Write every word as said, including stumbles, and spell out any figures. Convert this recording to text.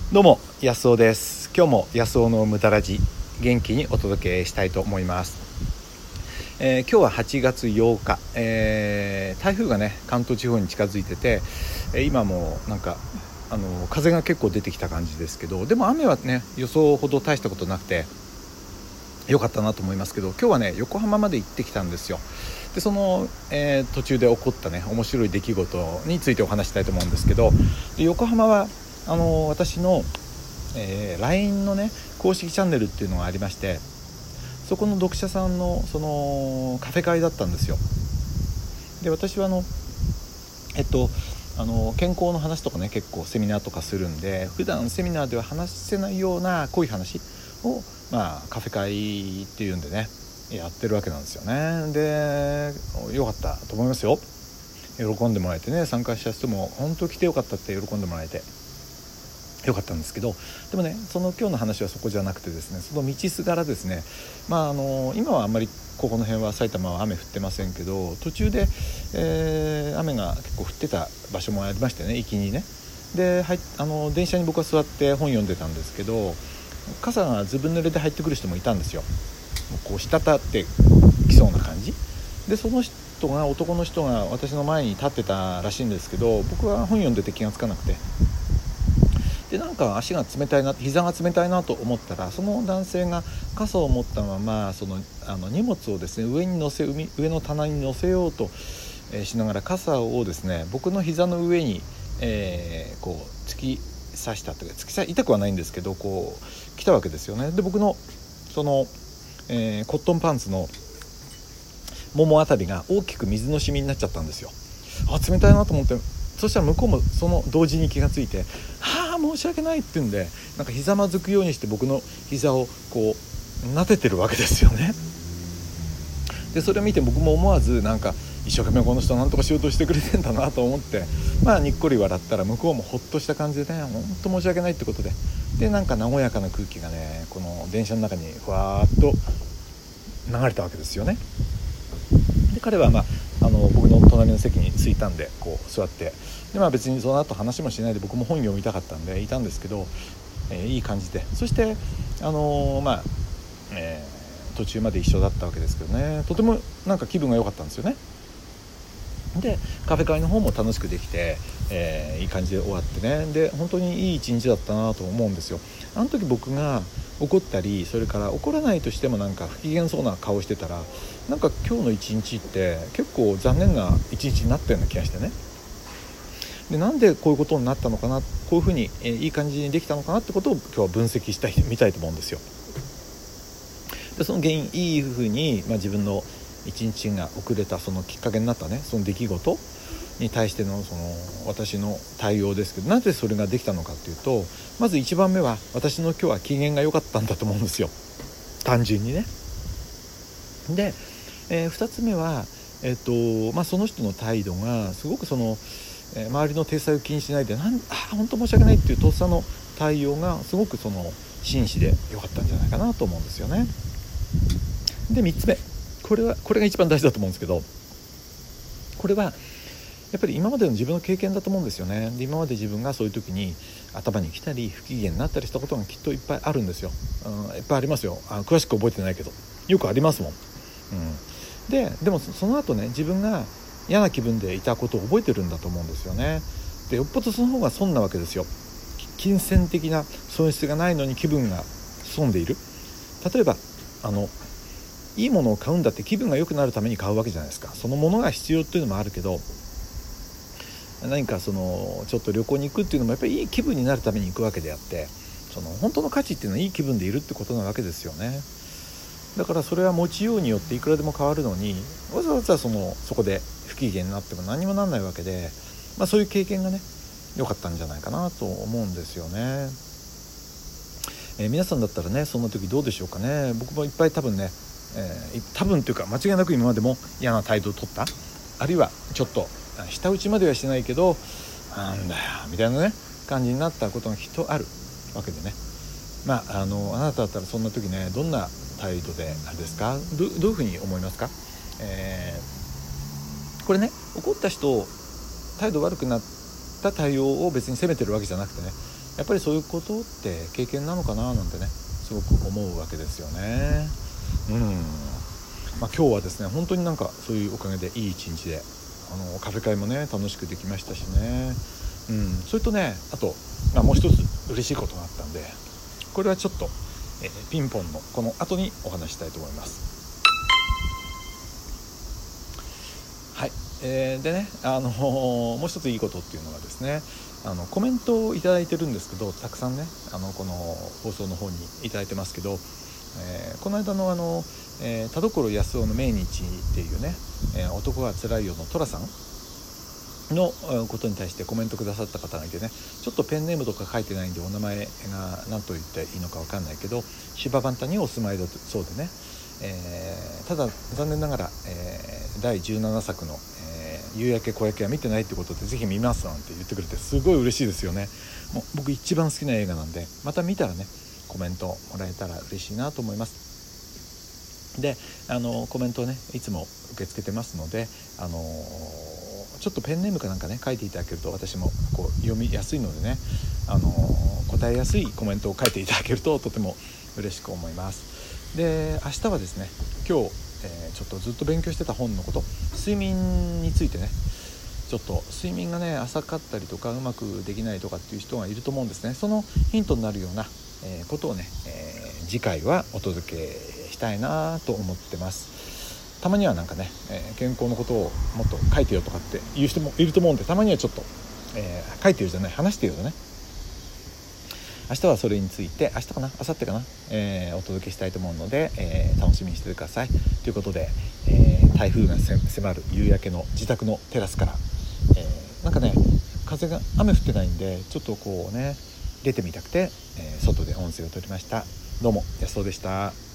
どうも安尾です。今日も安尾の無駄ラジ元気にお届けしたいと思います。えー、今日ははちがつようか、えー、台風がね関東地方に近づいてて、今もなんかあの風が結構出てきた感じですけど、でも雨はね予想ほど大したことなくて良かったなと思いますけど、今日はね横浜まで行ってきたんですよ。でその、えー、途中で起こったね面白い出来事についてお話したいと思うんですけど、で横浜はあの私の、えー、ライン のね公式チャンネルっていうのがありまして、そこの読者さんのそのカフェ会だったんですよ。で私はあのえっとあの健康の話とかね結構セミナーとかするんで、普段セミナーでは話せないような濃い話を、まあ、カフェ会っていうんでねやってるわけなんですよね。でよかったと思いますよ。喜んでもらえてね、参加した人も本当来てよかったって喜んでもらえてよかったんですけど、でもねその今日の話はそこじゃなくてですね、その道すがらですね、まああの今はあんまりここの辺は埼玉は雨降ってませんけど、途中で、えー、雨が結構降ってた場所もありましてね、行きにね。ではいあの電車に僕は座って本読んでたんですけど、傘がずぶ濡れで入ってくる人もいたんですよ。こう滴ってきそうな感じで、その人が男の人が私の前に立ってたらしいんですけど、僕は本読んでて気がつかなくて、でなんか足が冷たいな、膝が冷たいなと思ったら、その男性が傘を持ったままそのあの荷物をですね上に乗せ上の棚に乗せようと、えー、しながら傘をですね僕の膝の上に、えー、こう突き刺したというか、突き刺痛くはないんですけどこう来たわけですよね。で僕のその、えー、コットンパンツのももあたりが大きく水の染みになっちゃったんですよ。あ冷たいなと思って、そしたら向こうもその同時に気がついて、はあ申し訳ないって言うんで、なんかひざまずくようにして僕の膝をこう撫でてるわけですよね。でそれを見て僕も思わずなんか一生懸命この人なんとかしようとしてくれてんだなと思って、まあにっこり笑ったら向こうもほっとした感じでね、本当申し訳ないってことで、でなんか和やかな空気がねこの電車の中にふわーっと流れたわけですよね。で彼はまああの僕の隣の席に着いたんでこう座って、で、まあ、別にその後話もしないで僕も本読みたかったんでいたんですけど、えー、いい感じで、そしてあのー、まあ、えー、途中まで一緒だったわけですけどね、とてもなんか気分が良かったんですよね。でカフェ会の方も楽しくできて、えー、いい感じで終わってね、で本当にいい一日だったなと思うんですよ。あの時僕が怒ったり、それから怒らないとしてもなんか不機嫌そうな顔してたら、なんか今日の一日って結構残念な一日になったような気がしてね。でなんでこういうことになったのかな、こういうふうに、えー、いい感じにできたのかなってことを今日は分析したいみたいと思うんですよ。でその原因、いいふうに、まあ、自分の一日が遅れたそのきっかけになったねその出来事に対してのその私の対応ですけど、なぜそれができたのかっていうと、まず一番目は私の今日は機嫌が良かったんだと思うんですよ、単純にね。で、えー、ふたつめは、えーとまあ、その人の態度がすごくその、えー、周りの体裁を気にしないで、なんあ本当申し訳ないっていうとっさの対応がすごくその真摯で良かったんじゃないかなと思うんですよね。でみっつめ、これはこれが一番大事だと思うんですけど、これはやっぱり今までの自分の経験だと思うんですよね。で今まで自分がそういう時に頭に来たり不機嫌になったりしたことがきっといっぱいあるんですよ、うん、いっぱいありますよ。あ詳しく覚えてないけどよくありますもん、うん、ででもその後ね自分が嫌な気分でいたことを覚えてるんだと思うんですよね。でよっぽどその方が損なわけですよ。金銭的な損失がないのに気分が損でいる。例えばあのいいものを買うんだって気分が良くなるために買うわけじゃないですか。そのものが必要っていうのもあるけど、何かそのちょっと旅行に行くっていうのもやっぱりいい気分になるために行くわけであって、その本当の価値っていうのはいい気分でいるってことなわけですよね。だからそれは持ちようによっていくらでも変わるのに、わざわざそのそこで不機嫌になっても何もなんないわけで、まあ、そういう経験がね良かったんじゃないかなと思うんですよね。えー、皆さんだったらねそんな時どうでしょうかね。僕もいっぱい多分ね、えー、多分というか間違いなく今までも嫌な態度を取った、あるいはちょっと舌打ちまではしないけどなんだよみたいなね感じになったことがきっとあるわけでね。まああのあなただったらそんな時ねどんな態度であれですか、 ど, どういうふうに思いますか。えー、これね怒った人態度悪くなった対応を別に責めてるわけじゃなくてね、 やっぱりそういうことって経験なのかななんてねすごく思うわけですよね。うん、まあ、今日はですね本当になんかそういうおかげでいい一日で、あのカフェ会もね楽しくできましたしね。うん、それとねあと、まあ、もう一つ嬉しいことがあったんで、これはちょっと、えー、ピンポンのこの後にお話したいと思います。はい、えー、でね、あのー、もう一ついいことっていうのがですね、あのコメントをいただいてるんですけど、たくさんねあのこの放送の方にいただいてますけど、えー、この間のあの、えー、田所康夫の命日っていうね、えー、男がつらいよの寅さんのことに対してコメントくださった方がいてね、ちょっとペンネームとか書いてないんでお名前が何と言っていいのか分かんないけど、芝バンタにお住まいだそうでね、えー、ただ残念ながら、えー、だいじゅうななさくの、えー、夕焼け小焼けは見てないってことでぜひ見ますなんて言ってくれてすごい嬉しいですよね。もう僕一番好きな映画なんで、また見たらねコメントもらえたら嬉しいなと思います。であのコメントをねいつも受け付けてますので、あのちょっとペンネームかなんかね書いていただけると私もこう読みやすいのでね、あの答えやすいコメントを書いていただけるととても嬉しく思います。で明日はですね今日、えー、ちょっとずっと勉強してた本のこと、睡眠についてね、ちょっと睡眠がね浅かったりとかうまくできないとかっていう人がいると思うんですね。そのヒントになるような、えー、ことをね、えー、次回はお届けしたいなと思ってます。たまにはなんかね、えー、健康のことをもっと書いてよとかって言う人もいると思うんで、たまにはちょっと、えー、書いてよじゃない話してよだね。明日はそれについて、明日かな明後日かな、えー、お届けしたいと思うので、えー、楽しみにしててくださいということで、えー、台風が迫る夕焼けの自宅のテラスから、えー、なんかね風が雨降ってないんでちょっとこうね出てみたくて、えー、外で音声を取りました。どうも安尾でした。